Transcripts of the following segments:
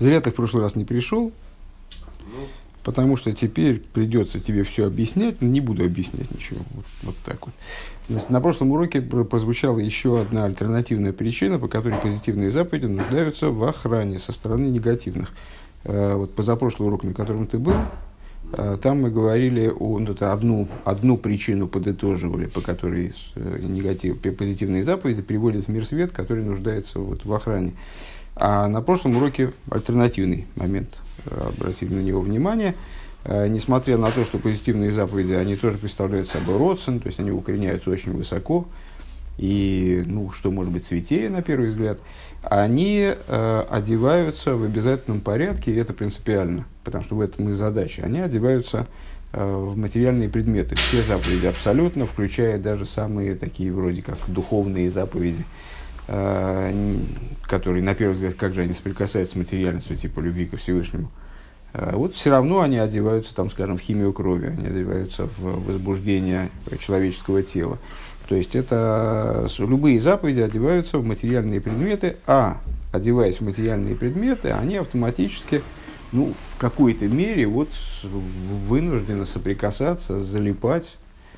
Зря ты в прошлый раз не пришел, Ну, потому что теперь придется тебе все объяснять, но не буду объяснять ничего. Вот так вот. Значит, на прошлом уроке прозвучала еще одна альтернативная причина, по которой позитивные заповеди нуждаются в охране со стороны негативных. Вот позапрошлый урок, на котором ты был, там мы говорили одну причину подытоживали, по которой позитивные заповеди приводят в мир свет, который нуждается вот в охране. А на прошлом уроке альтернативный момент, обратили на него внимание. Несмотря на то, что позитивные заповеди, они тоже представляют собой родствен, то есть они укореняются очень высоко, и, что может быть святее на первый взгляд, они одеваются в обязательном порядке, и это принципиально, потому что в этом и задача. Они одеваются в материальные предметы. Все заповеди абсолютно, включая даже самые такие вроде как духовные заповеди, которые, на первый взгляд, как же они соприкасаются с материальностью, типа любви ко Всевышнему. Вот все равно они одеваются, там, скажем, в химию крови, они одеваются в возбуждение человеческого тела. То есть, это любые заповеди одеваются в материальные предметы, а одеваясь в материальные предметы, они автоматически, в какой-то мере вынуждены соприкасаться, залипать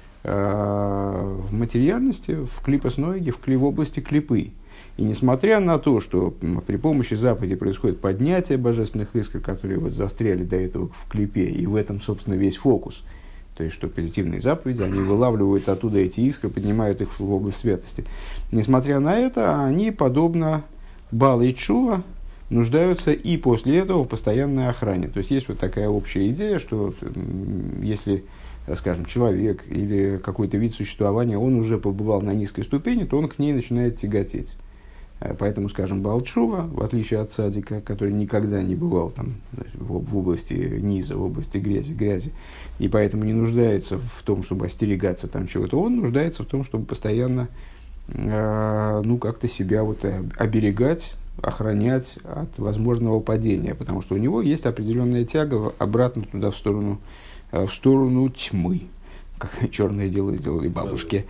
в материальности, в клипосноиге, в области клипы. И несмотря на то, что при помощи заповеди происходит поднятие божественных искр, которые застряли до этого в клипе, и в этом, собственно, весь фокус, то есть, что позитивные заповеди, они вылавливают оттуда эти искры, поднимают их в область святости. Несмотря на это, они, подобно Баал и Тшува, нуждаются и после этого в постоянной охране. То есть, есть вот такая общая идея, что если, скажем, человек или какой-то вид существования, он уже побывал на низкой ступени, то он к ней начинает тяготеть. Поэтому, скажем, Баал Тшува, в отличие от цадика, который никогда не бывал там, в области низа, в области грязи, и поэтому не нуждается в том, чтобы остерегаться там чего-то, он нуждается в том, чтобы постоянно как-то себя оберегать, охранять от возможного падения, потому что у него есть определенная тяга обратно туда, в сторону тьмы, как черное дело сделали бабушки.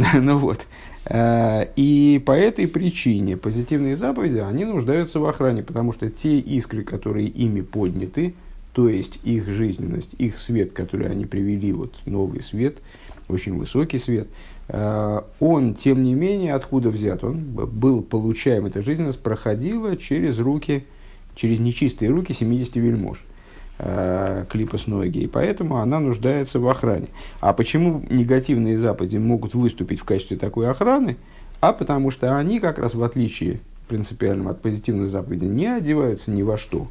И по этой причине позитивные заповеди, они нуждаются в охране, потому что те искры, которые ими подняты, то есть их жизненность, их свет, который они привели, новый свет, очень высокий свет, он, тем не менее, откуда взят? Он был получаем, эта жизненность проходила через нечистые руки 70 вельмож. Клипос ноги, и поэтому она нуждается в охране. А почему негативные заповеди могут выступить в качестве такой охраны? А потому что они, как раз в отличие принципиально от позитивных заповедей, не одеваются ни во что.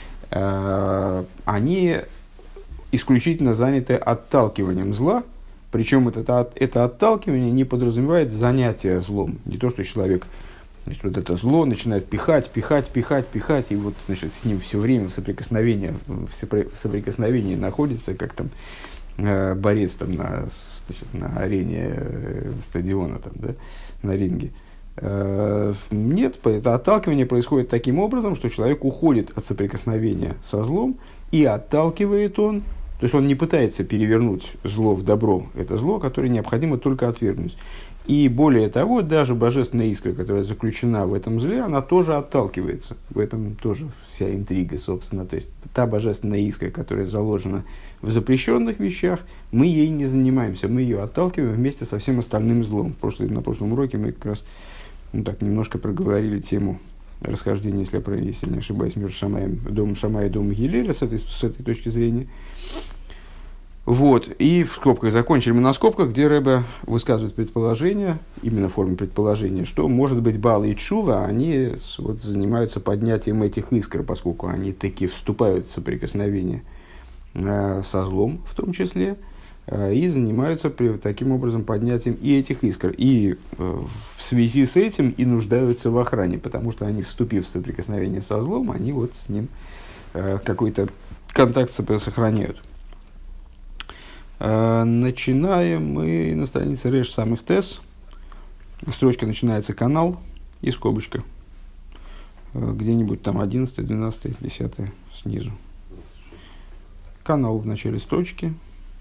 Они исключительно заняты отталкиванием зла, причем это отталкивание не подразумевает занятие злом. Не то, что человек это зло начинает пихать, и с ним все время в соприкосновении находится, как там борец там, на арене стадиона, на ринге. Нет, это отталкивание происходит таким образом, что человек уходит от соприкосновения со злом, и отталкивает он, то есть он не пытается перевернуть зло в добро, это зло, которое необходимо только отвергнуть. И более того, даже божественная искра, которая заключена в этом зле, она тоже отталкивается. В этом тоже вся интрига, собственно. То есть, та божественная искра, которая заложена в запрещенных вещах, мы ей не занимаемся, мы ее отталкиваем вместе со всем остальным злом. На прошлом уроке мы как раз немножко проговорили тему расхождения, если не ошибаюсь, между домом Шамая и домом Гилеля с этой точки зрения. И в скобках закончили мы на скобках, где Ребе высказывает предположение, именно в форме предположения, что, может быть, Баал и Тшува, они занимаются поднятием этих искр, поскольку они таки вступают в соприкосновение со злом, в том числе, и занимаются таким образом поднятием и этих искр. И в связи с этим и нуждаются в охране, потому что они, вступив в соприкосновение со злом, они с ним какой-то контакт сохраняют. Начинаем мы на странице Реш Самых Тес. Строчка начинается канал и скобочка. Где-нибудь там 11, 12, 10 снизу. Канал в начале строчки.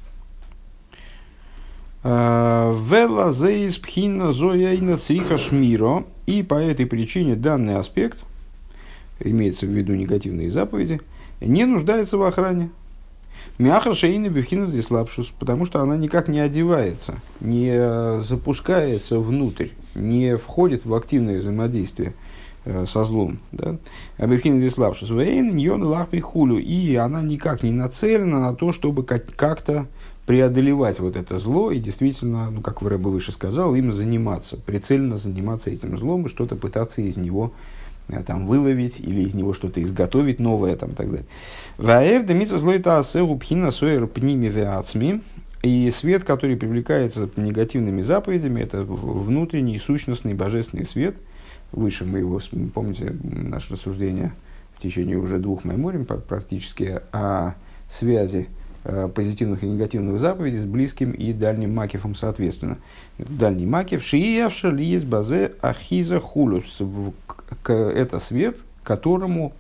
Вела зеис пхина зояйна цриха шмиро. И по этой причине данный аспект имеется в виду негативные заповеди, не нуждается в охране. Мяхар шейна бифхина здесь лапшус, потому что она никак не одевается, не запускается внутрь, не входит в активное взаимодействие со злом. Да? А бифхина здесь лапшус, вейн ньон лахпи хулю, и она никак не нацелена на то, чтобы как-то преодолевать вот это зло и действительно, ну, как Рэбе выше сказал, им заниматься, прицельно заниматься этим злом и что-то пытаться из него там, выловить или из него что-то изготовить новое там, и так далее. Ваэр демитсва злой-то асэру пхина суэр пними веацми. И свет, который привлекается негативными заповедями, это внутренний, сущностный, божественный свет. Выше мы его, помните, наше рассуждение в течение уже 2 майморим практически о связи позитивных и негативных заповедей с близким и дальним макифом соответственно. Дальний макиф шиявша лиес базе ахиза хулус. Это свет, которому,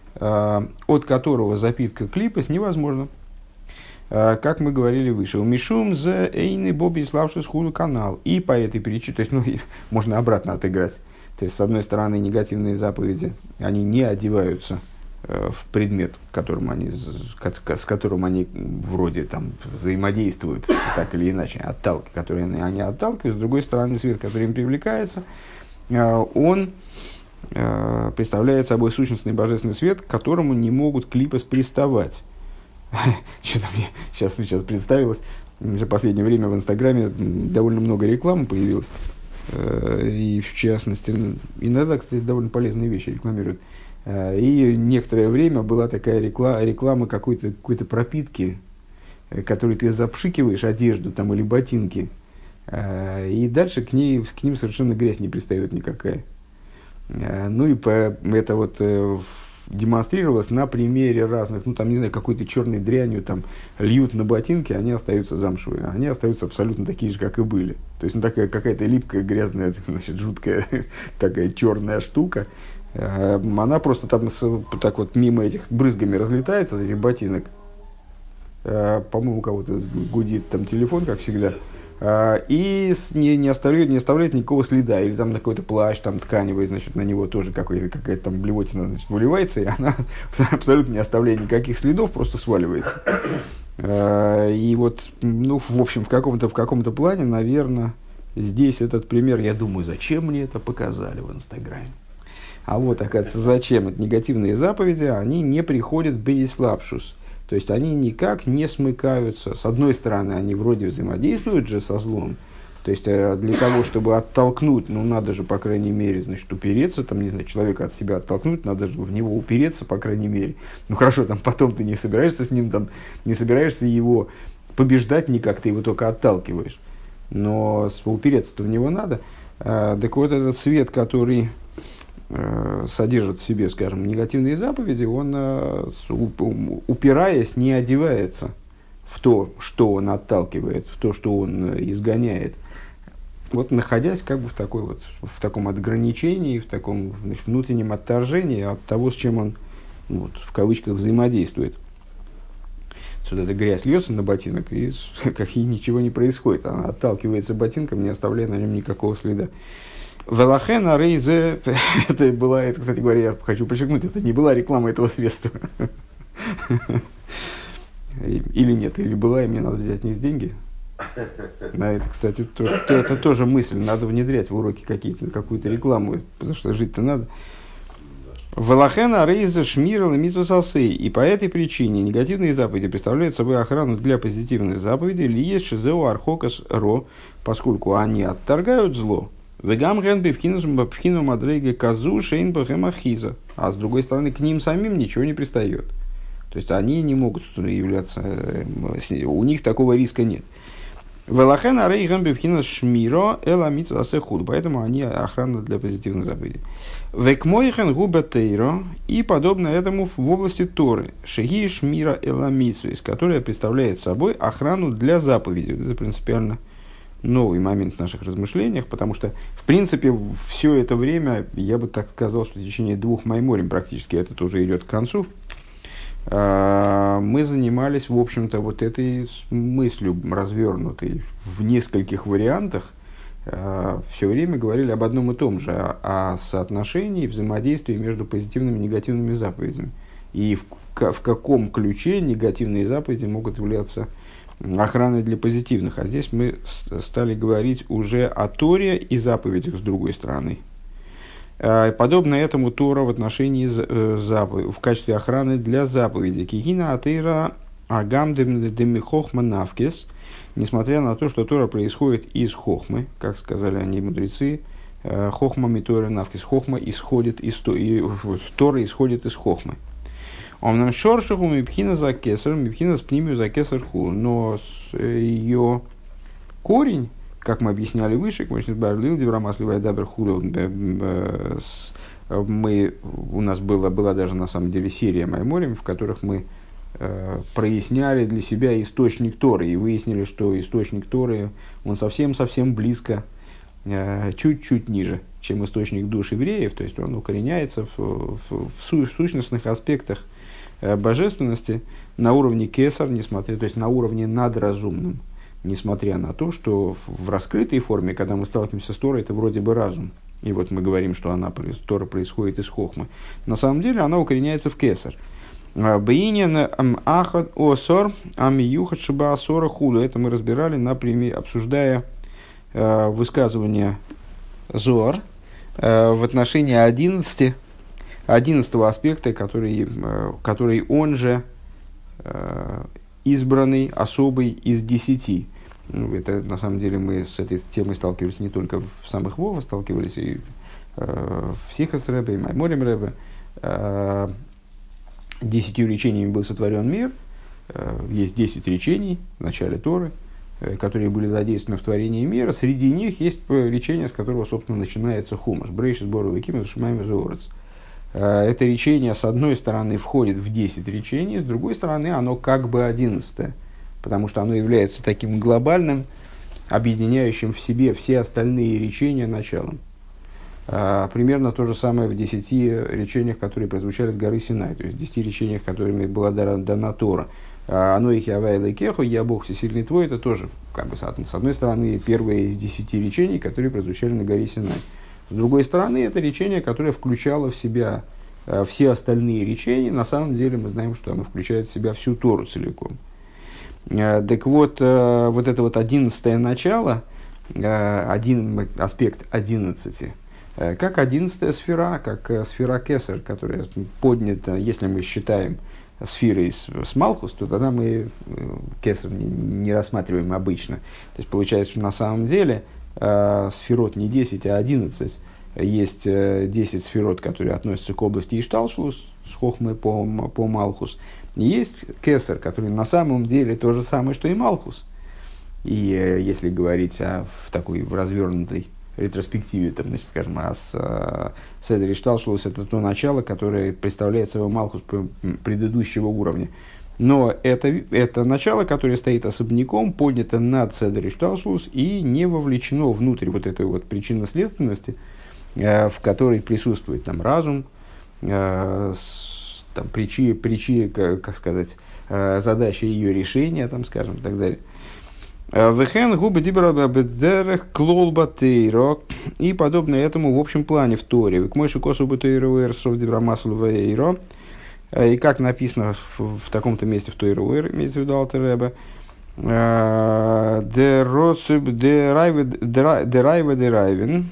от которого запитка клипас невозможна. Как мы говорили выше. Умишум за эйны боби славшус хулу канал. И по этой причине, то есть, ну, можно обратно отыграть. То есть, с одной стороны, негативные заповеди, они не одеваются в предмет, с которым они вроде там взаимодействуют, так или иначе, которые они отталкивают. С другой стороны, свет, который им привлекается, он представляет собой сущностный божественный свет, к которому не могут клипос приставать. Что-то мне сейчас представилось, в последнее время в Инстаграме довольно много рекламы появилось, и в частности, иногда, кстати, довольно полезные вещи рекламируют. И некоторое время была такая реклама какой-то пропитки, которой ты запшикиваешь одежду там, или ботинки, и дальше к ним совершенно грязь не пристает никакая. Ну и это вот демонстрировалось на примере разных, ну там, не знаю, какой-то черной дрянью там льют на ботинки, они остаются замшевые, они остаются абсолютно такие же, как и были. То есть, ну, такая какая-то липкая, грязная, значит, жуткая такая черная штука, она просто там так вот мимо этих брызгами разлетается от этих ботинок. По-моему, у кого-то гудит там телефон, как всегда. И не оставляет никакого следа. Или там на какой-то плащ там, тканевый, значит, на него тоже какая-то там блевотина, значит, выливается, и она абсолютно не оставляет никаких следов, просто сваливается. И вот, ну, в общем, в каком-то плане, наверное, здесь этот пример, я думаю, зачем мне это показали в Инстаграме. А вот, оказывается, зачем? Это негативные заповеди, они не приходят бейслапшус. То есть, они никак не смыкаются. С одной стороны, они вроде взаимодействуют же со злом. То есть, для того, чтобы оттолкнуть, ну, надо же, по крайней мере, значит, упереться, там, не знаю, человека от себя оттолкнуть, надо же в него упереться, по крайней мере. Ну, хорошо, там, потом ты не собираешься с ним, там, не собираешься его побеждать никак, ты его только отталкиваешь. Но упереться-то в него надо. Так вот, этот свет, который содержит в себе, скажем, негативные заповеди, он, упираясь, не одевается в то, что он отталкивает, в то, что он изгоняет. Вот, находясь как бы в таком отграничении, в таком, значит, внутреннем отторжении от того, с чем он, вот, в кавычках, взаимодействует. Сюда эта грязь льется на ботинок, и ничего не происходит. Она отталкивается ботинком, не оставляя на нем никакого следа. Велахена рейзе, это была, это, кстати говоря, я хочу подчеркнуть, это не была реклама этого средства. Или нет, или была, и мне надо взять с них деньги. На это, кстати, это тоже мысль, надо внедрять в уроки какую-то рекламу, потому что жить-то надо. Велахена рейзе шмира ламитсусасей, и по этой причине негативные заповеди представляют собой охрану для позитивных заповедей, лиес шизеу архокас ро, поскольку они отторгают зло. А с другой стороны, к ним самим ничего не пристает. То есть, они не могут являться, у них такого риска нет. Поэтому они охрана для позитивных заповедей. И подобно этому в области Торы, шеги шмира эламицуис, которая представляет собой охрану для заповедей. Это принципиально новый момент в наших размышлениях, потому что, в принципе, все это время, я бы так сказал, что в течение 2 майморим практически это тоже идет к концу, мы занимались, в общем-то, вот этой мыслью развернутой в нескольких вариантах все время говорили об одном и том же, о соотношении взаимодействия между позитивными и негативными заповедями. И в каком ключе негативные заповеди могут являться охраной для позитивных. А здесь мы стали говорить уже о Торе и заповедях с другой стороны. Подобно этому Тора в отношении в качестве охраны для заповедей. Кигина атеира агам демихохма навкес. Несмотря на то, что Тора происходит из хохмы, как сказали они мудрецы, хохма митора навкес. Хохма исходит из Тора исходит из хохмы. Он нам шоршаху мипхина за кесар, мипхина с пнимию за кесар ху. Но ее корень, как мы объясняли выше, у нас была даже на самом деле серия Майморим, в которых мы проясняли для себя источник Торы и выяснили, что источник Торы, он совсем-совсем близко, чуть-чуть ниже, чем источник душ евреев, то есть он укореняется в сущностных аспектах божественности на уровне кесар, то есть на уровне надразумном, несмотря на то, что в раскрытой форме, когда мы сталкиваемся с Торой, это вроде бы разум. И вот мы говорим, что Тора происходит из хохмы. На самом деле она укореняется в кесар. Бейнин ахад осор амиюхат шиба асора худу. Это мы разбирали на примере, обсуждая высказывание Зоар в отношении 11-го аспекта, который он же избранный, особый из 10. Это, на самом деле, мы с этой темой сталкивались не только в самых Вова, сталкивались и в Сихас Ребе, и Майморим Ребе. 10 речениями был сотворен мир. Есть 10 речений в начале Торы, которые были задействованы в творении мира. Среди них есть речение, с которого, собственно, начинается Хумаш. Брейшис Бору Лаким Зашумаем Зоорец. Это речение, с одной стороны, входит в 10 речений, с другой стороны, оно как бы 11-е, потому что оно является таким глобальным, объединяющим в себе все остальные речения началом. Примерно то же самое в 10 речениях, которые прозвучали с горы Синай, то есть в 10 речениях, которыми была дана Тора. «Оно их явай лейкеху, я Бог всесильный твой», это тоже, как бы, с одной стороны, первое из 10 речений, которые прозвучали на горе Синай. С другой стороны, это речение, которое включало в себя все остальные речения. На самом деле мы знаем, что оно включает в себя всю Тору целиком. Так вот, вот это вот 11-е начало, один аспект 11, как 11-я сфера, как сфера Кесар, которая поднята, если мы считаем сферой с Малхус, то тогда мы Кесар не рассматриваем обычно. То есть получается, что на самом деле сферот не 10, а 11. Есть 10 сферот, которые относятся к области Ишталшлус, с Хохмой по Малхус. И есть Кесар, который на самом деле то же самое, что и Малхус. И если говорить в развернутой ретроспективе, там, значит, скажем, Седер Ишталшлус, это то начало, которое представляет собой Малхус предыдущего уровня. Но это начало, которое стоит особняком, поднято над Седер Ишталшлус и не вовлечено внутрь вот этой вот причинно-следственности, в которой присутствует там разум, там, как сказать, задача ее решения, там, скажем, и так далее. Вехен губы дибра бедерах клолба тейро, и подобное этому в общем плане в Торе. К мойши косу бутейро эрсов дибра масл вейро. И как написано в таком-то месте в Тойро Уэр, имеется в виду Алтер Ребе, дерайвен.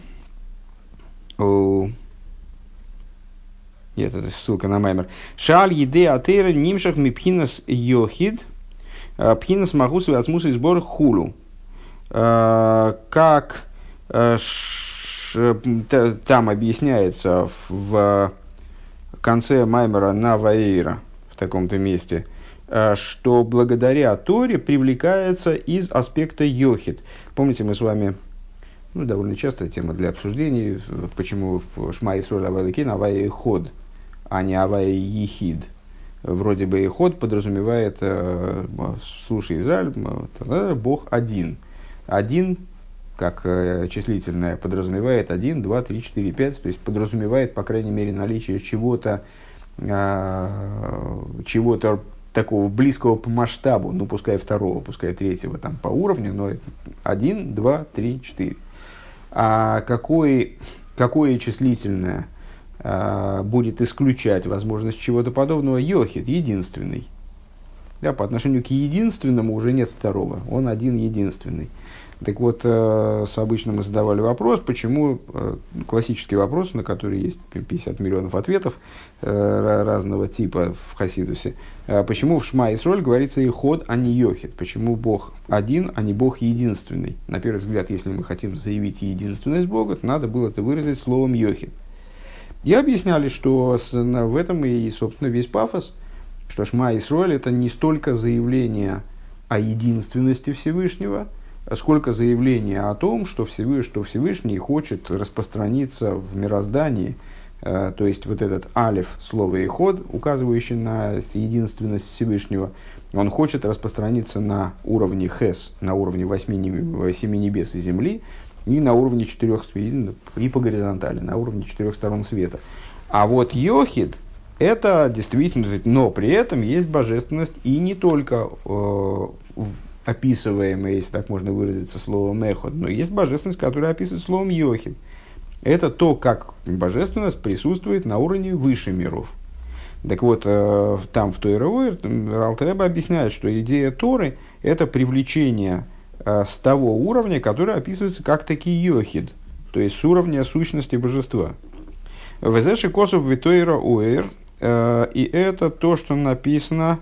Нет, это ссылка на Маймер. Шаль еде атера нимшах мипхинас йохид, пхинас магус вацмус и сбор хулу. Как там объясняется в конце Маймера на Ваэйра, в таком-то месте, что благодаря Торе привлекается из аспекта йохид. Помните, мы с вами, довольно частая тема для обсуждений, почему в Шма Исроль Авай Элокейну Авай Эход, а не Авай Ехид. Вроде бы Эход подразумевает, слушай, Израиль, Бог один. Один, как числительное, подразумевает 1, 2, 3, 4, 5, то есть подразумевает, по крайней мере, наличие чего-то такого близкого по масштабу, пускай второго, пускай третьего там, по уровню, но 1, 2, 3, 4. А какое числительное будет исключать возможность чего-то подобного? Йохид, единственный. Да, по отношению к единственному уже нет второго, он один единственный. Так вот, обычно мы задавали вопрос, почему, классический вопрос, на который есть 50 миллионов ответов разного типа в Хасидусе, почему в Шма Исроль говорится «Иход», а не «Йохид», почему Бог один, а не Бог единственный. На первый взгляд, если мы хотим заявить единственность Бога, то надо было это выразить словом «Йохид». И объясняли, что в этом и, собственно, весь пафос, что Шма Исроль – это не столько заявление о единственности Всевышнего, сколько заявление о том, что Всевышний хочет распространиться в мироздании. То есть, вот этот алиф, слово «иход», указывающий на единственность Всевышнего, он хочет распространиться на уровне хес, на уровне семи небес и земли, и на уровне и по горизонтали, на уровне 4 сторон света. А вот йохид – это действительно, но при этом есть божественность и не только описываемая, если так можно выразиться, словом эход, но есть божественность, которая описывает словом йохид. Это то, как божественность присутствует на уровне выше миров. Так вот, там в Тойра Ойр Алтер Ребе объясняет, что идея Торы – это привлечение с того уровня, который описывается как таки йохид, то есть с уровня сущности божества. Везеши косов в Тойра Ойр, и это то, что написано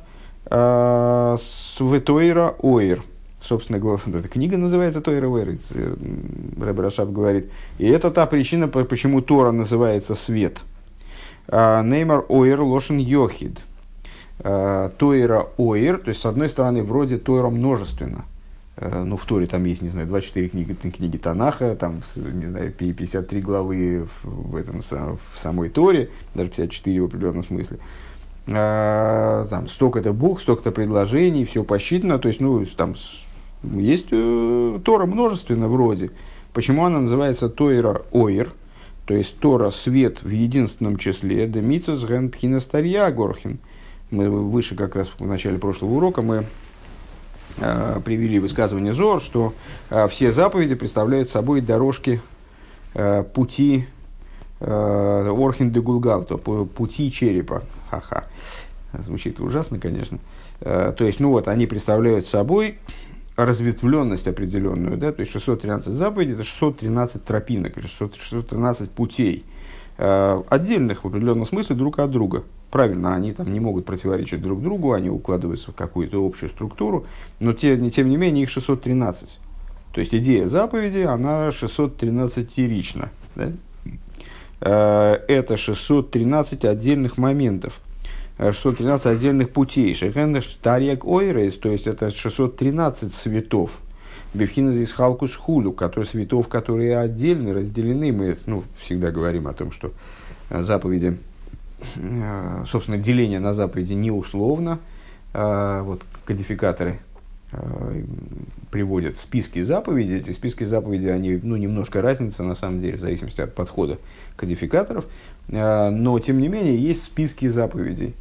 в Тойра Ойр. Собственно, эта книга называется Тойра Ойр, Ребе Рашаб говорит. И это та причина, почему Тора называется свет. Неймар Ойр лошен йохид. Тойра Ойр, то есть, с одной стороны, вроде Тойра множественно. Ну, в Торе там есть, не знаю, 24 книги Танаха, там, не знаю, 53 главы в самой Торе, даже 54 в определенном смысле. Там столько-то букв, столько-то предложений, все посчитано, то есть, ну, там есть Тора множественно вроде. Почему она называется Тойра Ойр, то есть Тора свет в единственном числе, демитсус ген пхина старья горхин. Мы выше, как раз в начале прошлого урока, мы привели высказывание Зор, что все заповеди представляют собой дорожки, пути Орхин де Гулгалто, пути черепа. Ха-ха. Звучит ужасно, конечно. То есть, ну вот, они представляют собой разветвленность определенную, да, то есть 613 заповедей, это 613 тропинок, 613 путей, отдельных в определенном смысле друг от друга. Правильно, они там не могут противоречить друг другу, они укладываются в какую-то общую структуру, но тем не менее их 613. То есть идея заповеди, она 613-рична. Да? Это 613 отдельных моментов, 613 отдельных путей. Шехенеш тарьяк ойрейс, то есть это 613 цветов. Бифхинез из халкус хулю, которые цветов, которые отдельно разделены. Мы всегда говорим о том, что заповеди, собственно, деление на заповеди не условно. Вот кодификаторы приводят списки заповедей. Эти списки заповедей, они немножко разница на самом деле, в зависимости от подхода кодификаторов. Но, тем не менее, есть списки заповедей,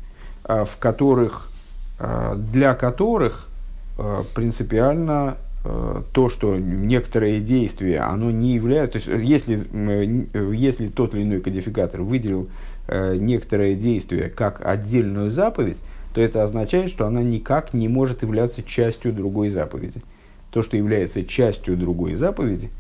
для которых принципиально то, что некоторые действия, оно не является... То есть, если тот или иной кодификатор выделил некоторое действие как отдельную заповедь, то это означает, что она никак не может являться частью другой заповеди. То, что является частью другой заповеди,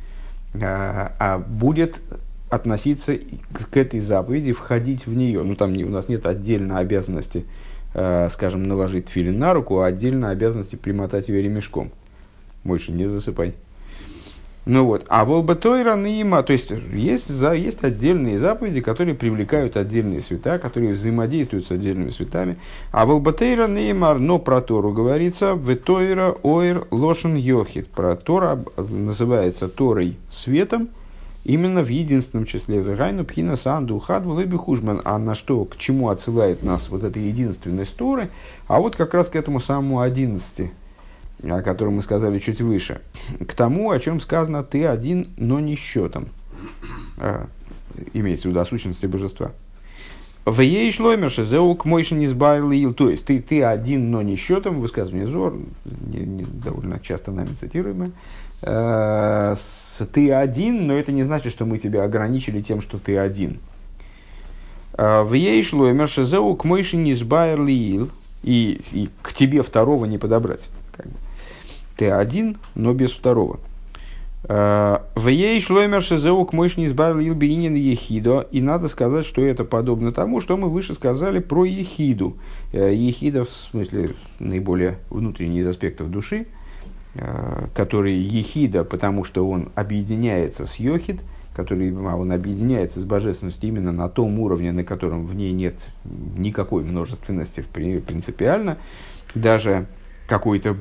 будет относиться к этой заповеди, входить в нее. Там у нас нет отдельно обязанности, скажем, наложить тфилин на руку, а отдельно обязанности примотать ее ремешком. Больше не засыпай. А волбатойра нима, то есть есть отдельные заповеди, которые привлекают отдельные света, которые взаимодействуют с отдельными светами. А волбатойра нима, но про Тору говорится, ветойра ойр лошен йохид. Про Тора называется Торой светом, именно в единственном числе. Вегайну пхина санду хадву леби хужман. А на что, к чему отсылает нас вот эта единственность Торы? А вот как раз к этому самому 11, о котором мы сказали чуть выше, к тому, о чем сказано «ты один, но не счетом», имеется в виду о сущности божества. В ей шломерше зеук мойши не сбайлил, то есть ты один, но не счетом, высказывание Зор, довольно часто нами цитируемое, ты один, но это не значит, что мы тебя ограничили тем, что ты один. В ей шло мершезеу к мойши низбайр лиил, и к тебе второго не подобрать. Ты один, но без второго. В ей шло мершезеу к мойши низбайр лиил биинин ехидо, и надо сказать, что это подобно тому, что мы выше сказали про ехиду. Ехида, в смысле, наиболее внутренний из аспектов души, который ехида, потому что он объединяется с йохид, он объединяется с божественностью именно на том уровне, на котором в ней нет никакой множественности принципиально, даже какой-то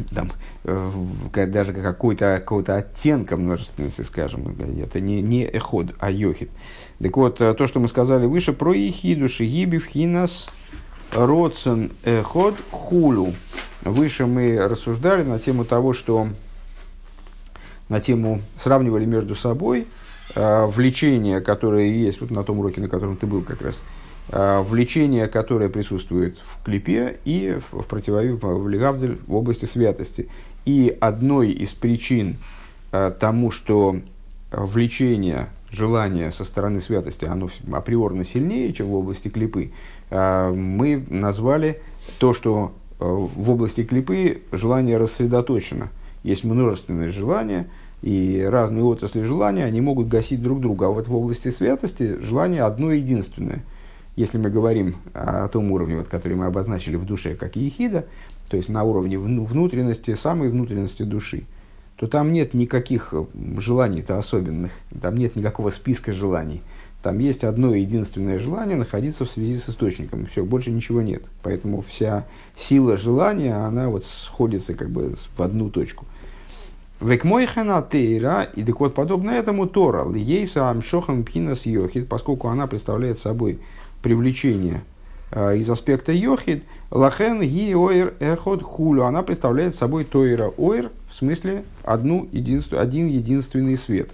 какого-то оттенка множественности, скажем, это не эход, а йохид. Так вот, то, что мы сказали выше про ехиду, шигиби вхинас родсен эход хулю. Выше мы рассуждали на тему того, что сравнивали между собой влечение, которое есть, вот на том уроке, на котором ты был как раз, влечение, которое присутствует в клипе и в области святости. И одной из причин тому, что влечение, желание со стороны святости, оно априорно сильнее, чем в области клипы, мы назвали то, что в области клипы желание рассредоточено. Есть множественность желания, и разные отрасли желания, они могут гасить друг друга. А вот в области святости желание одно единственное. Если мы говорим о том уровне, вот, который мы обозначили в душе как ехида, то есть на уровне внутренности, самой внутренности души, то там нет никаких желаний-то особенных, там нет никакого списка желаний. Там есть одно единственное желание находиться в связи с источником. Все, больше ничего нет. Поэтому вся сила желания, она вот сходится как бы в одну точку. Векмойхана тейра, и так вот, подобно этому Тора, льейса амшохан пхинас йохид, поскольку она представляет собой привлечение из аспекта йохид, лахен ги оир эход хулю, она представляет собой тойра оир, в смысле один единственный свет.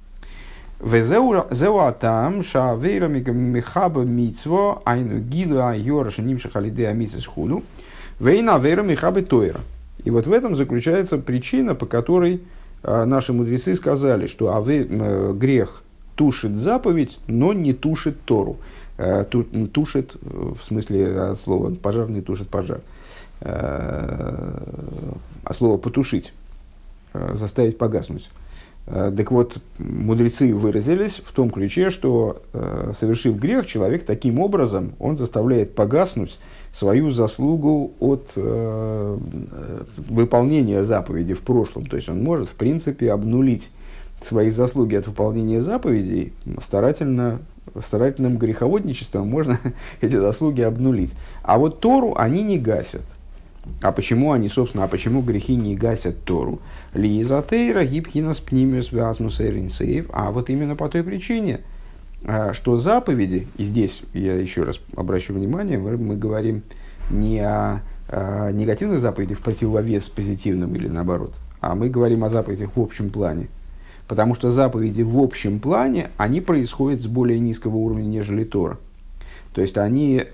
Везеуатам шавейра михаба мицво айну гилу айора шанимша халидея мицес хулю, вейна вейра михаба тойра. И вот в этом заключается причина, по которой наши мудрецы сказали, что грех тушит заповедь, но не тушит Тору. Тушит, в смысле от слова пожарный тушит пожар. А слово потушить, заставить погаснуть. Так вот, мудрецы выразились в том ключе, что, совершив грех, человек таким образом, он заставляет погаснуть свою заслугу от выполнения заповеди в прошлом. То есть, он может, в принципе, обнулить свои заслуги от выполнения заповедей старательным греховодничеством можно эти заслуги обнулить. А вот Тору они не гасят. А почему почему грехи не гасят Тору? Лизатейра гибхинас пнимиус васмус эринсеев. А вот именно по той причине, что заповеди, и здесь я еще раз обращу внимание, мы говорим не о негативных заповедях в противовес позитивным или наоборот, а мы говорим о заповедях в общем плане. Потому что заповеди в общем плане, они происходят с более низкого уровня, нежели Тора. То есть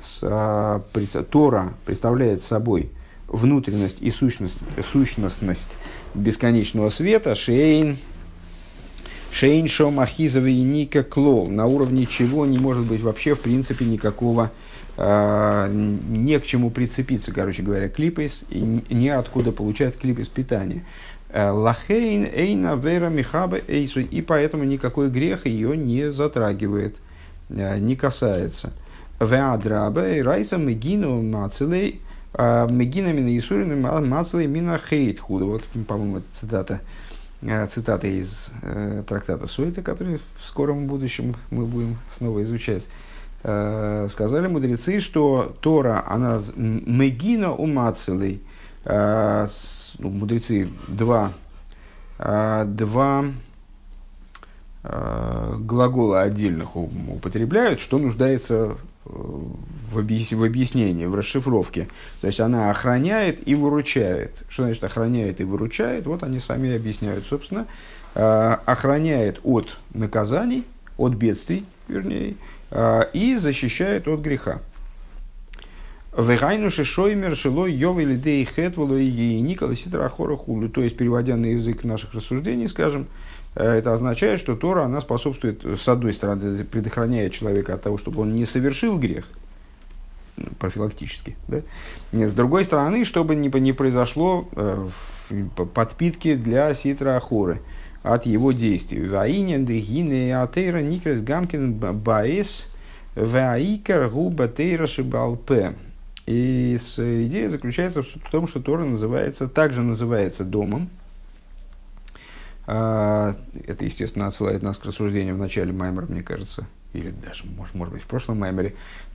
Тора представляет собой внутренность и сущностность бесконечного света, шейн шом ахизовый ника клол, на уровне чего не может быть вообще в принципе никакого, не к чему прицепиться, короче говоря, клипес, и неоткуда получать клипес питания. Лахейн эйна вера михаба эйсу, и поэтому никакой грех ее не затрагивает, не касается. Веадрабе райса мегину мацелей мегинами на Исурину мацелей мина хейт худо. Вот, по-моему, это цитата из трактата Сойта, который в скором будущем мы будем снова изучать. Сказали мудрецы, что Тора, она мегина у мацелей. Мудрецы два глагола отдельных употребляют, что нуждается в объяснении, в расшифровке. То есть она охраняет и выручает. Что значит охраняет и выручает? Вот они сами объясняют, собственно. Охраняет от наказаний, от бедствий, вернее, и защищает от греха. Вегайнуши шоймер шилой йовы лидей хэтволу и никола ситра ахора хулю. То есть, переводя на язык наших рассуждений, скажем, это означает, что Тора, она способствует, с одной стороны, предохраняет человека от того, чтобы он не совершил грех, профилактически, да? С другой стороны, чтобы не произошло подпитки для ситра ахоры от его действий. Ваинен дегине атейра никрес гамкин баэс ваикар губа тейра шибалпе. И идея заключается в том, что Тора также называется домом. Это, естественно, отсылает нас к рассуждению в начале Маймера, мне кажется, или даже, может быть, в прошлом Маймере,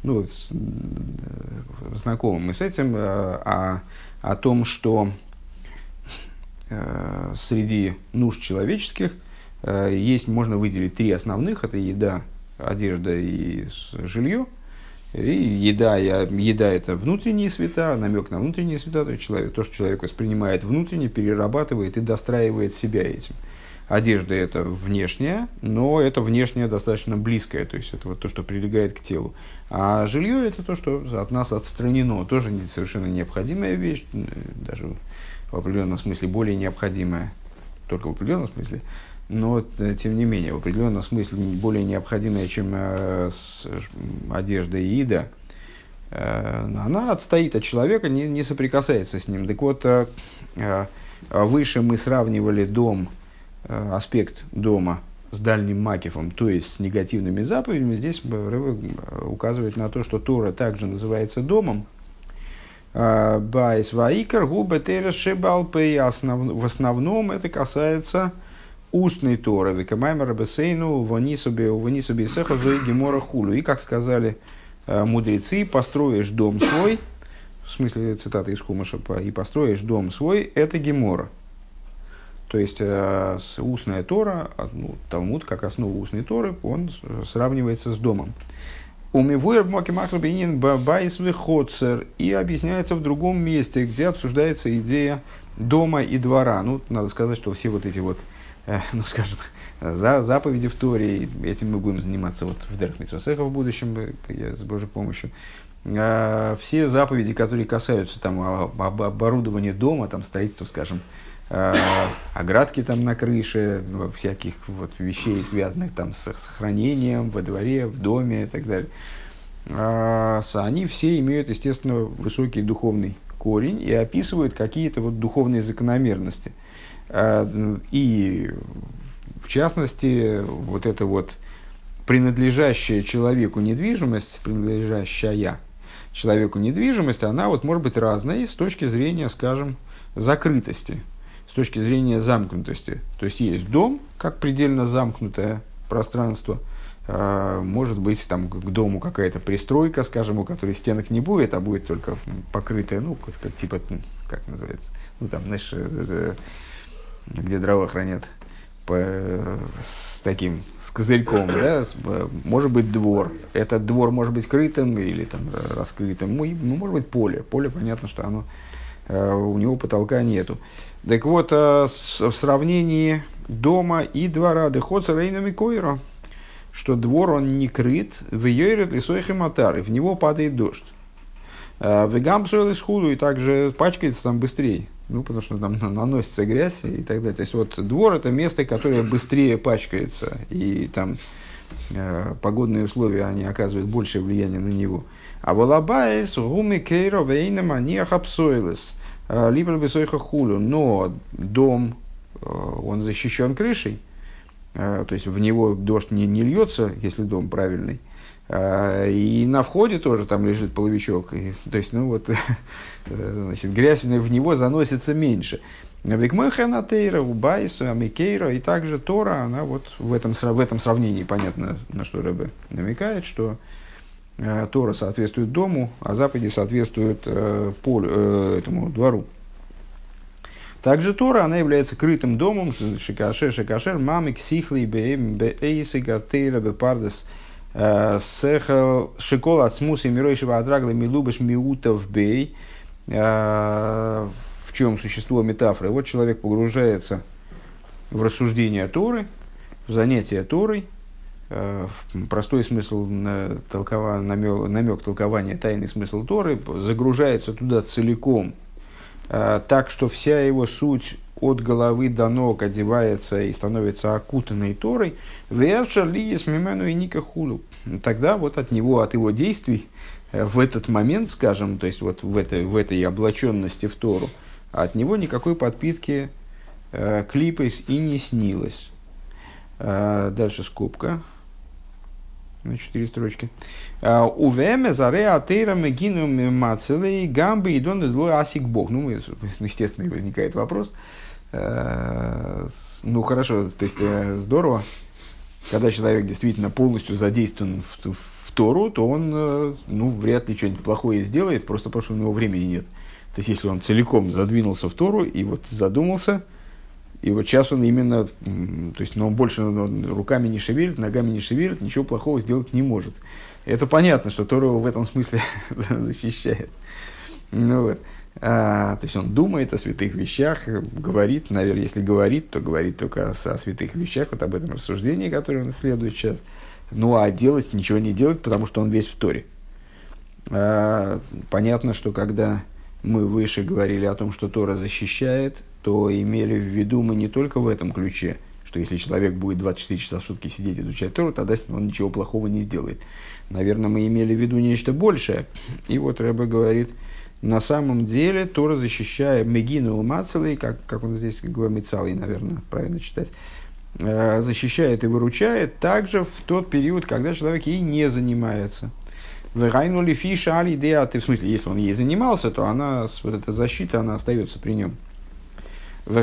знакомы мы с этим, о том, что среди нужд человеческих можно выделить три основных: это еда, одежда и жилье. И еда это внутренние света, намек на внутренние света, то что человек воспринимает внутренне, перерабатывает и достраивает себя этим. Одежда это внешняя, но это внешнее достаточно близкое, то есть это вот то, что прилегает к телу. А жилье это то, что от нас отстранено, тоже совершенно необходимая вещь, даже в определенном смысле более необходимая, только в определенном смысле. Но, тем не менее, в определенном смысле более необходимая, чем одежда и еда, она отстоит от человека, не соприкасается с ним. Так вот, выше мы сравнивали аспект дома с дальним макифом, то есть с негативными заповедями. Здесь Рэбе указывает на то, что Тора также называется домом. Байс ваикар губа тейра шебалпей. В основном это касается устной Торы, векамаймер бесейну вонисуби сеха зои гемора хулю. И, как сказали мудрецы, построишь дом свой, в смысле цитата из Хумаша, и построишь дом свой, это гемора. То есть, устная Тора, Талмуд, как основа устной Торы, он сравнивается с домом. Умивуэр мокимахлабинин бабайс вихоцер. И объясняется в другом месте, где обсуждается идея дома и двора. Надо сказать, что все вот эти вот, заповеди в Торе, этим мы будем заниматься в Дерech Мицвосеха в будущем, с Божьей помощью. Все заповеди, которые касаются оборудования дома, строительства, скажем, оградки на крыше, всяких вещей, связанных с хранением во дворе, в доме и так далее, они все имеют, естественно, высокий духовный корень и описывают какие-то духовные закономерности. И, в частности, эта принадлежащая человеку недвижимость, она может быть разной с точки зрения, скажем, закрытости, с точки зрения замкнутости. То есть, есть дом, как предельно замкнутое пространство, может быть, к дому какая-то пристройка, скажем, у которой стенок не будет, а будет только покрытая, как называется, где дрова хранят, с козырьком, да? Может быть двор. Этот двор может быть крытым или раскрытым, может быть поле. Поле, понятно, что оно, у него потолка нету. Так вот, в сравнении дома и двора, дыхоца рейнами койро, что двор он не крыт, в йойрет лисойх и матар, и в него падает дождь. В гампсуэл из худу, и также пачкается быстрее. Потому что там наносится грязь и так далее. То есть, двор – это место, которое быстрее пачкается, и там погодные условия, они оказывают большее влияние на него. А волабаес гуми кейро вейнам аниах апсойлес либо бесойха хулю. Но дом, он защищен крышей, то есть в него дождь не льется, если дом правильный. И на входе тоже там лежит половичок. То есть, грязь в него заносится меньше. Викмойханатейра, убайсу, амикейра, и также Тора, она в этом сравнении, понятно, на что Ребе намекает, что Тора соответствует дому, а заповеди соответствуют этому двору. Также Тора, она является крытым домом, шикашер, мамик, сихли, бейсы, гатейра, бепардес, сехал, шикол, ацмус, и миройшего адрагла, милубаш, миутов, бей. В чем существо метафоры? Человек погружается в рассуждение Торы, в занятие Торой, простой смысл намек толкования, тайный смысл Торы загружается туда целиком, так что вся его суть от головы до ног одевается и становится окутанной Торой, тогда вот от него, от его действий в этот момент, скажем, то есть вот в этой облаченности в Тору, от него никакой подпитки клипейс и не снилось. Дальше скобка. На 4 строчки. Увеме заре атеира мегинум мацелей гамбы и дон длой асик бог. Ну, естественно, возникает вопрос. Ну, хорошо, то есть здорово. Когда человек действительно полностью задействован в Тору, то он, вряд ли что-нибудь плохое сделает, просто потому что у него времени нет. То есть, если он целиком задвинулся в Тору и вот задумался, и вот сейчас он именно, то есть, он больше руками не шевелит, ногами не шевелит, ничего плохого сделать не может. Это понятно, что Тора в этом смысле защищает. То есть, он думает о святых вещах, говорит, наверное, если говорит, то говорит только о святых вещах, вот об этом рассуждении, которое он исследует сейчас. А делать, ничего не делать, потому что он весь в Торе. Понятно, что когда мы выше говорили о том, что Тора защищает, то имели в виду мы не только в этом ключе, что если человек будет 24 часа в сутки сидеть и изучать Тору, тогда он ничего плохого не сделает. Наверное, мы имели в виду нечто большее. И вот Ребе говорит, на самом деле Тора защищает Мегину Мацелей, как он здесь говорит, Мицалей, наверное, правильно читать, защищает и выручает также в тот период, когда человек ей не занимается. В смысле, если он ей занимался, то вот эта защита, она остается при нем. По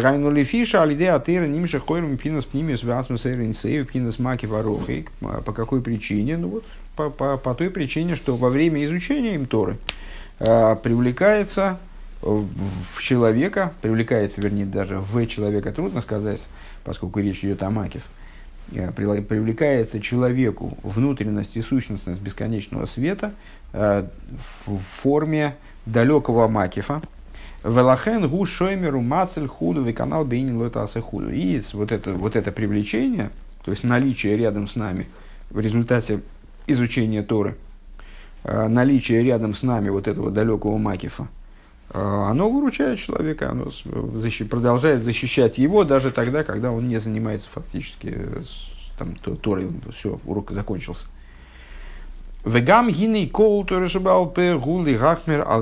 какой причине? По той причине, что во время изучения им Торы привлекается в человека, даже в человека, трудно сказать, поскольку речь идет о Макев, привлекается человеку внутренность и сущностность бесконечного света в форме далекого Макефа. Велахен гу шоймеру мацель худу веканал бейнин лотасе худу. И вот это привлечение, то есть наличие рядом с нами в результате изучения Торы, наличие рядом с нами вот этого далекого Макефа, оно выручает человека, оно продолжает защищать его даже тогда, когда он не занимается фактически Торой, все, урок закончился. Вегам гиней кол торешебал пе гули гахмер ал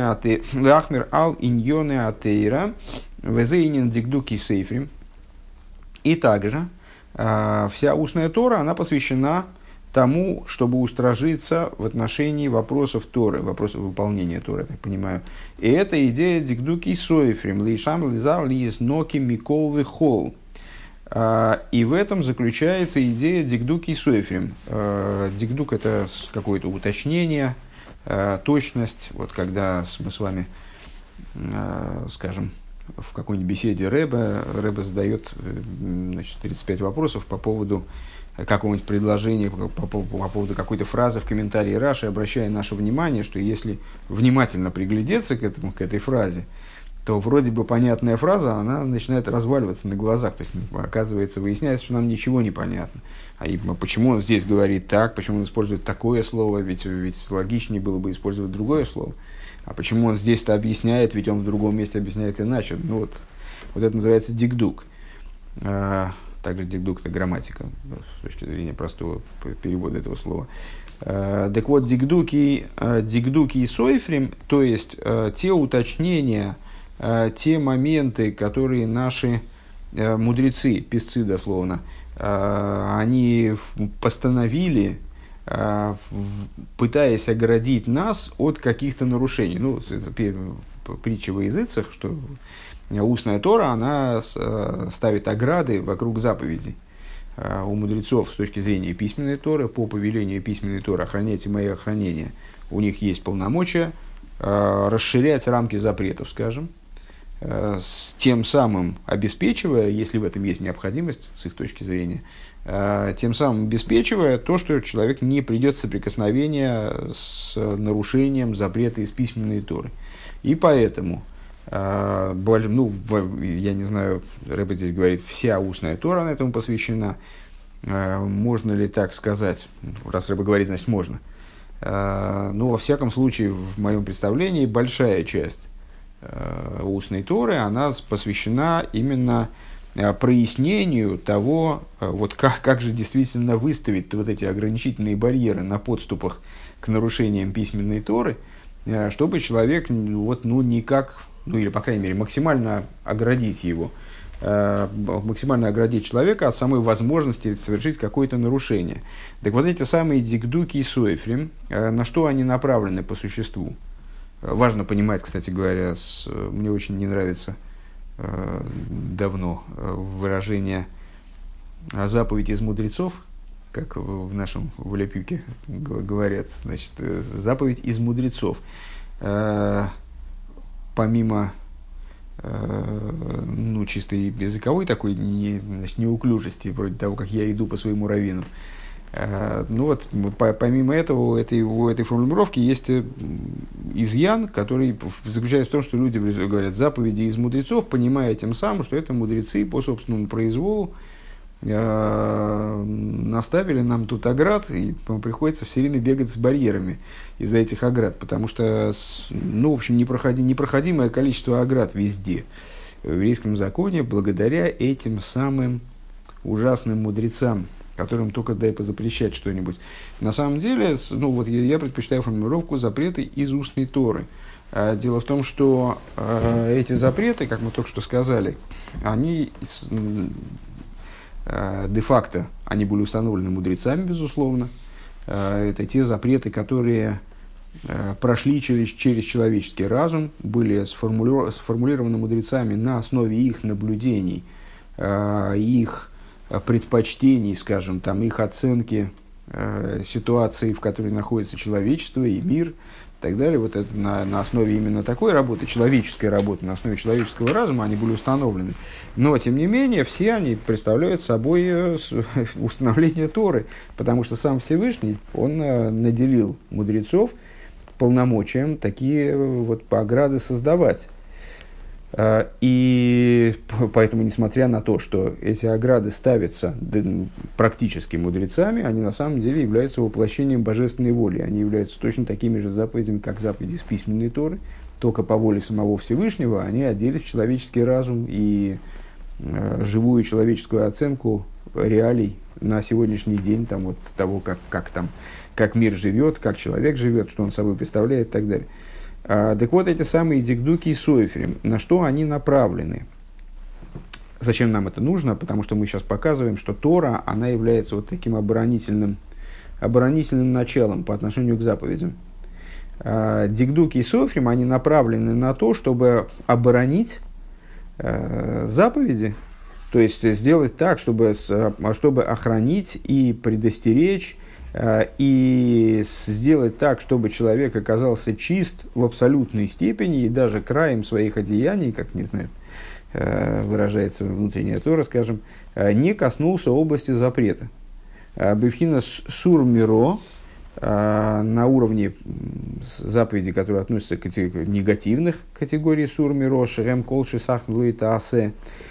иньоне атеира везейнин дигдуки сейфрим. И также вся устная Тора, она посвящена тому, чтобы устражиться в отношении вопросов Торы, вопросов выполнения Торы, я так понимаю. И это идея дигдуки сейфрим, лишам лизар лиес ноки микол вихол. И в этом заключается идея дигдук и суэфрим. Дигдук – это какое-то уточнение, точность. Вот когда мы с вами, скажем, в какой-нибудь беседе Ребе задает 35 вопросов по поводу какого-нибудь предложения, по поводу какой-то фразы в комментарии Раши, обращая наше внимание, что если внимательно приглядеться к этой фразе, то вроде бы понятная фраза, она начинает разваливаться на глазах. То есть, оказывается, выясняется, что нам ничего не понятно. Почему он здесь говорит так, почему он использует такое слово, ведь логичнее было бы использовать другое слово. А почему он здесь-то объясняет, ведь он в другом месте объясняет иначе. Вот это называется дигдук. Также дигдук – это грамматика, с точки зрения простого перевода этого слова. Так вот, дигдуки и сойфрим, то есть те уточнения, те моменты, которые наши мудрецы, писцы дословно, они постановили, пытаясь оградить нас от каких-то нарушений. Это притча во языцах, что устная Тора, она ставит ограды вокруг заповедей. У мудрецов с точки зрения письменной Торы, по повелению письменной Торы, охраняйте мои охранения, у них есть полномочия расширять рамки запретов, скажем, тем самым обеспечивая, если в этом есть необходимость с их точки зрения, тем самым обеспечивая то, что человек не придет в соприкосновение с нарушением запрета из письменной Торы. И поэтому, я не знаю, Ребе здесь говорит, вся устная Тора на этому посвящена. можно ли так сказать, раз Рэбе говорит, значит можно. Но во всяком случае, в моем представлении, большая часть устной Торы, она посвящена именно прояснению того, вот как же действительно выставить вот эти ограничительные барьеры на подступах к нарушениям письменной Торы, чтобы человек никак, или, по крайней мере, максимально оградить его, максимально оградить человека от самой возможности совершить какое-то нарушение. Так вот эти самые дикдуки и соэфрим, на что они направлены по существу? Важно понимать, кстати говоря, мне очень не нравится давно выражение «заповедь из мудрецов», как в нашем Валяпюке говорят, значит, заповедь из мудрецов. Помимо чисто языковой такой неуклюжести, вроде того, как я иду по своему раввину. Помимо этого, у этой формулировки есть изъян, который заключается в том, что люди говорят заповеди из мудрецов, понимая тем самым, что это мудрецы по собственному произволу наставили нам тут оград, и приходится все время бегать с барьерами из-за этих оград, потому что, в общем, непроходимое количество оград везде в еврейском законе, благодаря этим самым ужасным мудрецам, которым только дай позапрещать что-нибудь. На самом деле, я предпочитаю формулировку «запреты из устной Торы». Дело в том, что эти запреты, как мы только что сказали, они де-факто они были установлены мудрецами, безусловно. Это те запреты, которые прошли через человеческий разум, были сформулированы мудрецами на основе их наблюдений, их предпочтений, скажем, их оценки ситуации, в которой находится человечество и мир, и так далее. Вот это на основе именно такой работы, человеческой работы, на основе человеческого разума они были установлены. Но, тем не менее, все они представляют собой установление Торы, потому что сам Всевышний, он наделил мудрецов полномочием такие ограды создавать. И поэтому, несмотря на то, что эти ограды ставятся практически мудрецами, они на самом деле являются воплощением божественной воли. Они являются точно такими же заповедями, как заповеди из письменной Торы, только по воле самого Всевышнего они одели в человеческий разум и живую человеческую оценку реалий на сегодняшний день, того, как мир живет, как человек живет, что он собой представляет и так далее. Так вот, эти самые дикдуки и соэфрим, на что они направлены? Зачем нам это нужно? Потому что мы сейчас показываем, что Тора, она является таким оборонительным началом по отношению к заповедям. Дикдуки и соэфрим, они направлены на то, чтобы оборонить заповеди, то есть сделать так, чтобы охранить и предостеречь, и сделать так, чтобы человек оказался чист в абсолютной степени и даже краем своих одеяний, как, выражается внутренняя Тора, скажем, не коснулся области запрета. Бевхина сур миро, на уровне заповедей, которые относятся к негативных категорий сур миро, шерем кол шисах луита асе,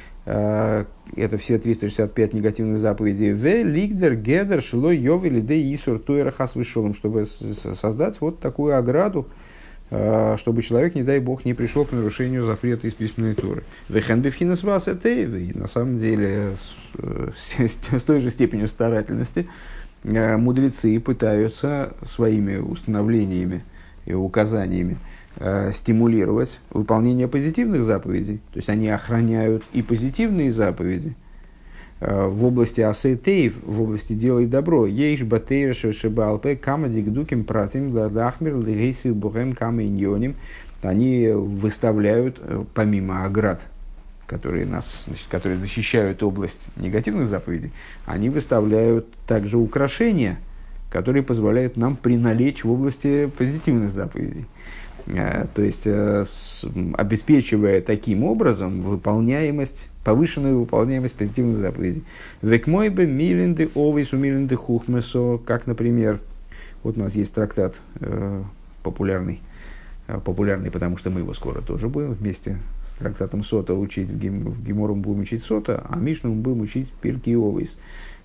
это все 365 негативных заповедей. В лигдер гедер шило йови лидей исур туэра хас вышелом, чтобы создать такую ограду, чтобы человек, не дай бог, не пришел к нарушению запрета из письменной Торы. Вехен бифхинас вас и на самом деле с той же степенью старательности мудрецы пытаются своими установлениями и указаниями стимулировать выполнение позитивных заповедей. То есть они охраняют и позитивные заповеди в области асейтеев, в области делай добро. Ейш батейр шебалпе кама дикдуким пратим ладахмир лигейси бухем кама иньоним. Они выставляют, помимо оград, которые защищают область негативных заповедей, они выставляют также украшения, которые позволяют нам приналечь в области позитивных заповедей. То есть, обеспечивая таким образом повышенную выполняемость позитивных заповедей. Векмойбе милинды овейсу милинды хухмесо, как, например, вот у нас есть трактат популярный, потому что мы его скоро тоже будем вместе с трактатом Сота учить, в Гемору мы будем учить Сота, а Мишну мы будем учить Пиркей Овейс.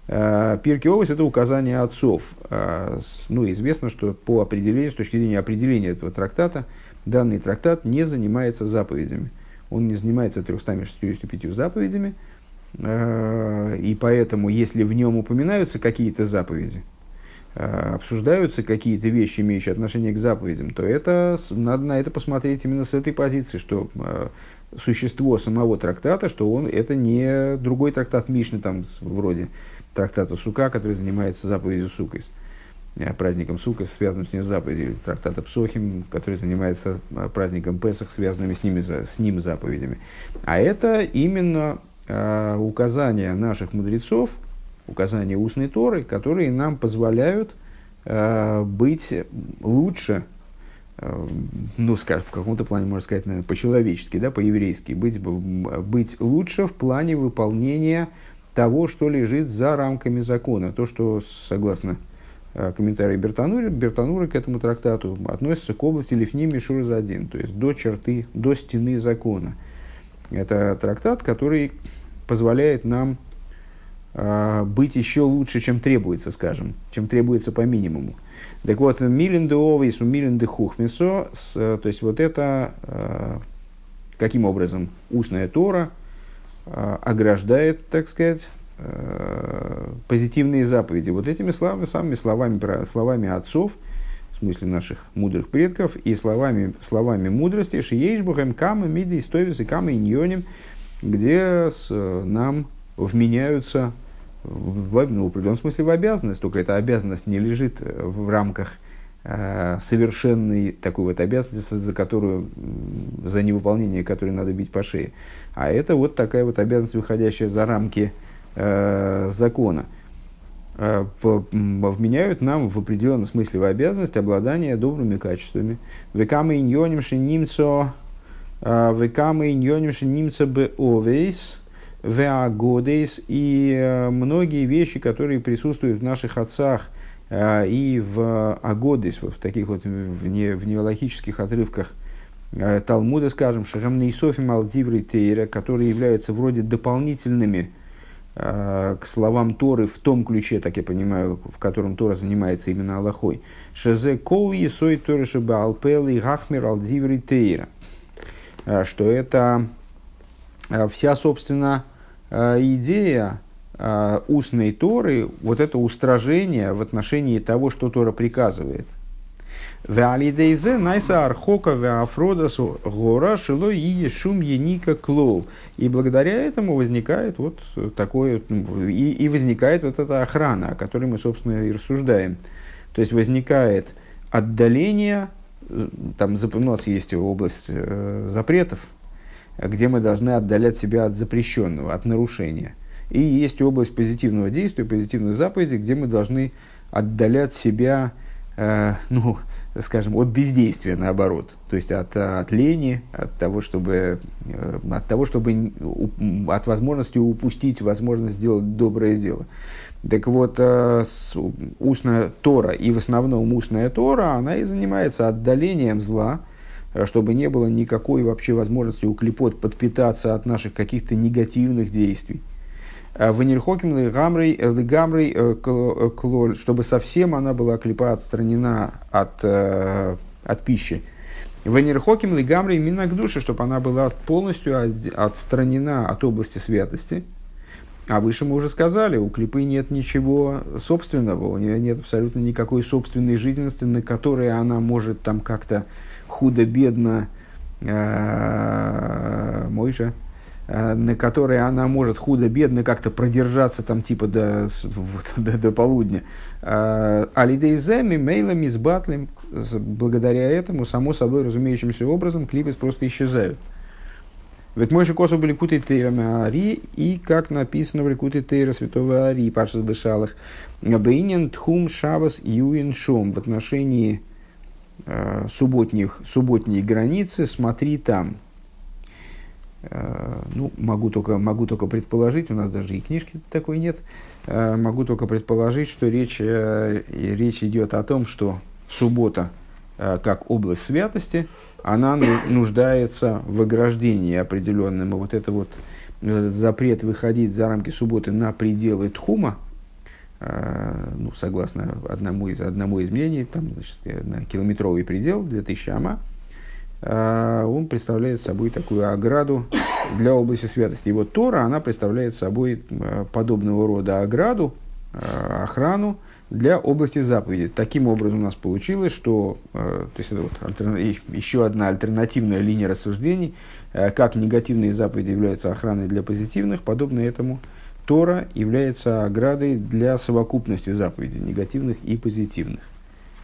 Пиркей Овос — это указание отцов. Ну, известно, что по определению, с точки зрения определения этого трактата, данный трактат не занимается заповедями. Он не занимается 365 заповедями, и поэтому, если в нем упоминаются какие-то заповеди, обсуждаются какие-то вещи, имеющие отношение к заповедям, то надо на это посмотреть именно с этой позиции, что существо самого трактата, что это не другой трактат Мишны, там, вроде трактата Сука, который занимается заповедью Суккос, праздником Суккос, связанным с ним заповедью, или трактата Псохим, который занимается праздником Песах, связанными с ним заповедями. А это именно указания наших мудрецов, указания устной Торы, которые нам позволяют быть лучше, ну, скажем, в каком-то плане, можно сказать, наверное, по-человечески, да, по-еврейски, быть лучше в плане выполнения того, что лежит за рамками закона. То, что, согласно комментарию Бертануры к этому трактату, относится к области Лифним Мишур Задин, то есть до черты, до стены закона. Это трактат, который позволяет нам быть еще лучше, чем требуется, скажем, чем требуется по минимуму. Так вот, милен де овейс, милен де хухмисо, то есть вот это, каким образом устная Тора ограждает, так сказать, позитивные заповеди. Вот этими самыми словами отцов, в смысле наших мудрых предков, и словами мудрости, шиейшбухем кама миды истовис и кама иньоним, где нам вменяются в определенном смысле в обязанность, только эта обязанность не лежит в рамках совершенной такой вот обязанности, за невыполнение которой надо бить по шее. А это вот такая вот обязанность, выходящая за рамки закона. Вменяют нам в определенном смысле в обязанность обладания добрыми качествами. Векамы иньонимши немцо беовейс веагодейс, и многие вещи, которые присутствуют в наших отцах и в агодейс, в таких вот в неологических отрывках Талмуда, скажем, шагамный софим алдиврей тейра, которые являются вроде дополнительными к словам Торы в том ключе, так я понимаю, в котором Тора занимается именно Аллахой. Шезе кол есой Торы шеба алпел и гахмер алдиврей тейра. Что это вся, собственно, идея устной Торы, вот это устражение в отношении того, что Тора приказывает. И благодаря этому возникает вот такое, и возникает вот эта охрана, о которой мы, собственно, и рассуждаем. То есть возникает отдаление, там у нас есть область запретов, где мы должны отдалять себя от запрещенного, от нарушения. И есть область позитивного действия, позитивных заповедей, где мы должны отдалять себя, скажем, от бездействия, наоборот. То есть от лени, от возможности упустить возможность сделать доброе дело. Так вот, устная Тора, и в основном устная Тора, она и занимается отдалением зла, чтобы не было никакой вообще возможности у клипот подпитаться от наших каких-то негативных действий. В Нильхоким легамрей клоль, чтобы совсем она была клипа отстранена от пищи. В Нильхоким легамрей минагдуши, чтобы она была полностью отстранена от области святости. А выше мы уже сказали, у клипы нет ничего собственного, у нее нет абсолютно никакой собственной жизненности, на которой она может там как-то худо-бедно, Мойша, на которой она может худо-бедно как-то продержаться там типа до полудня. Алидейземи мейлами с батлем, благодаря этому, само собой разумеющимся образом, клипы просто исчезают. Ведь Мойша Косу были куты тейрами Ари, и как написано в Ликуте Тейра святого Ари, Пашас Бешалах, Бейнин Тхум Шабас Юин Шом, в отношении субботней границы, смотри там. Могу только предположить, у нас даже и книжки такой нет, могу только предположить, что речь идет о том, что суббота, как область святости, она нуждается в ограждении определенном. И вот это вот запрет выходить за рамки субботы на пределы тхума, ну, согласно одному из мнений, там, значит, на километровый предел, 2000 ама, он представляет собой такую ограду для области святости. И вот Тора, она представляет собой подобного рода ограду, охрану для области заповеди. Таким образом у нас получилось, что то есть это вот еще одна альтернативная линия рассуждений, как негативные заповеди являются охраной для позитивных, подобно этому Тора является оградой для совокупности заповедей, негативных и позитивных.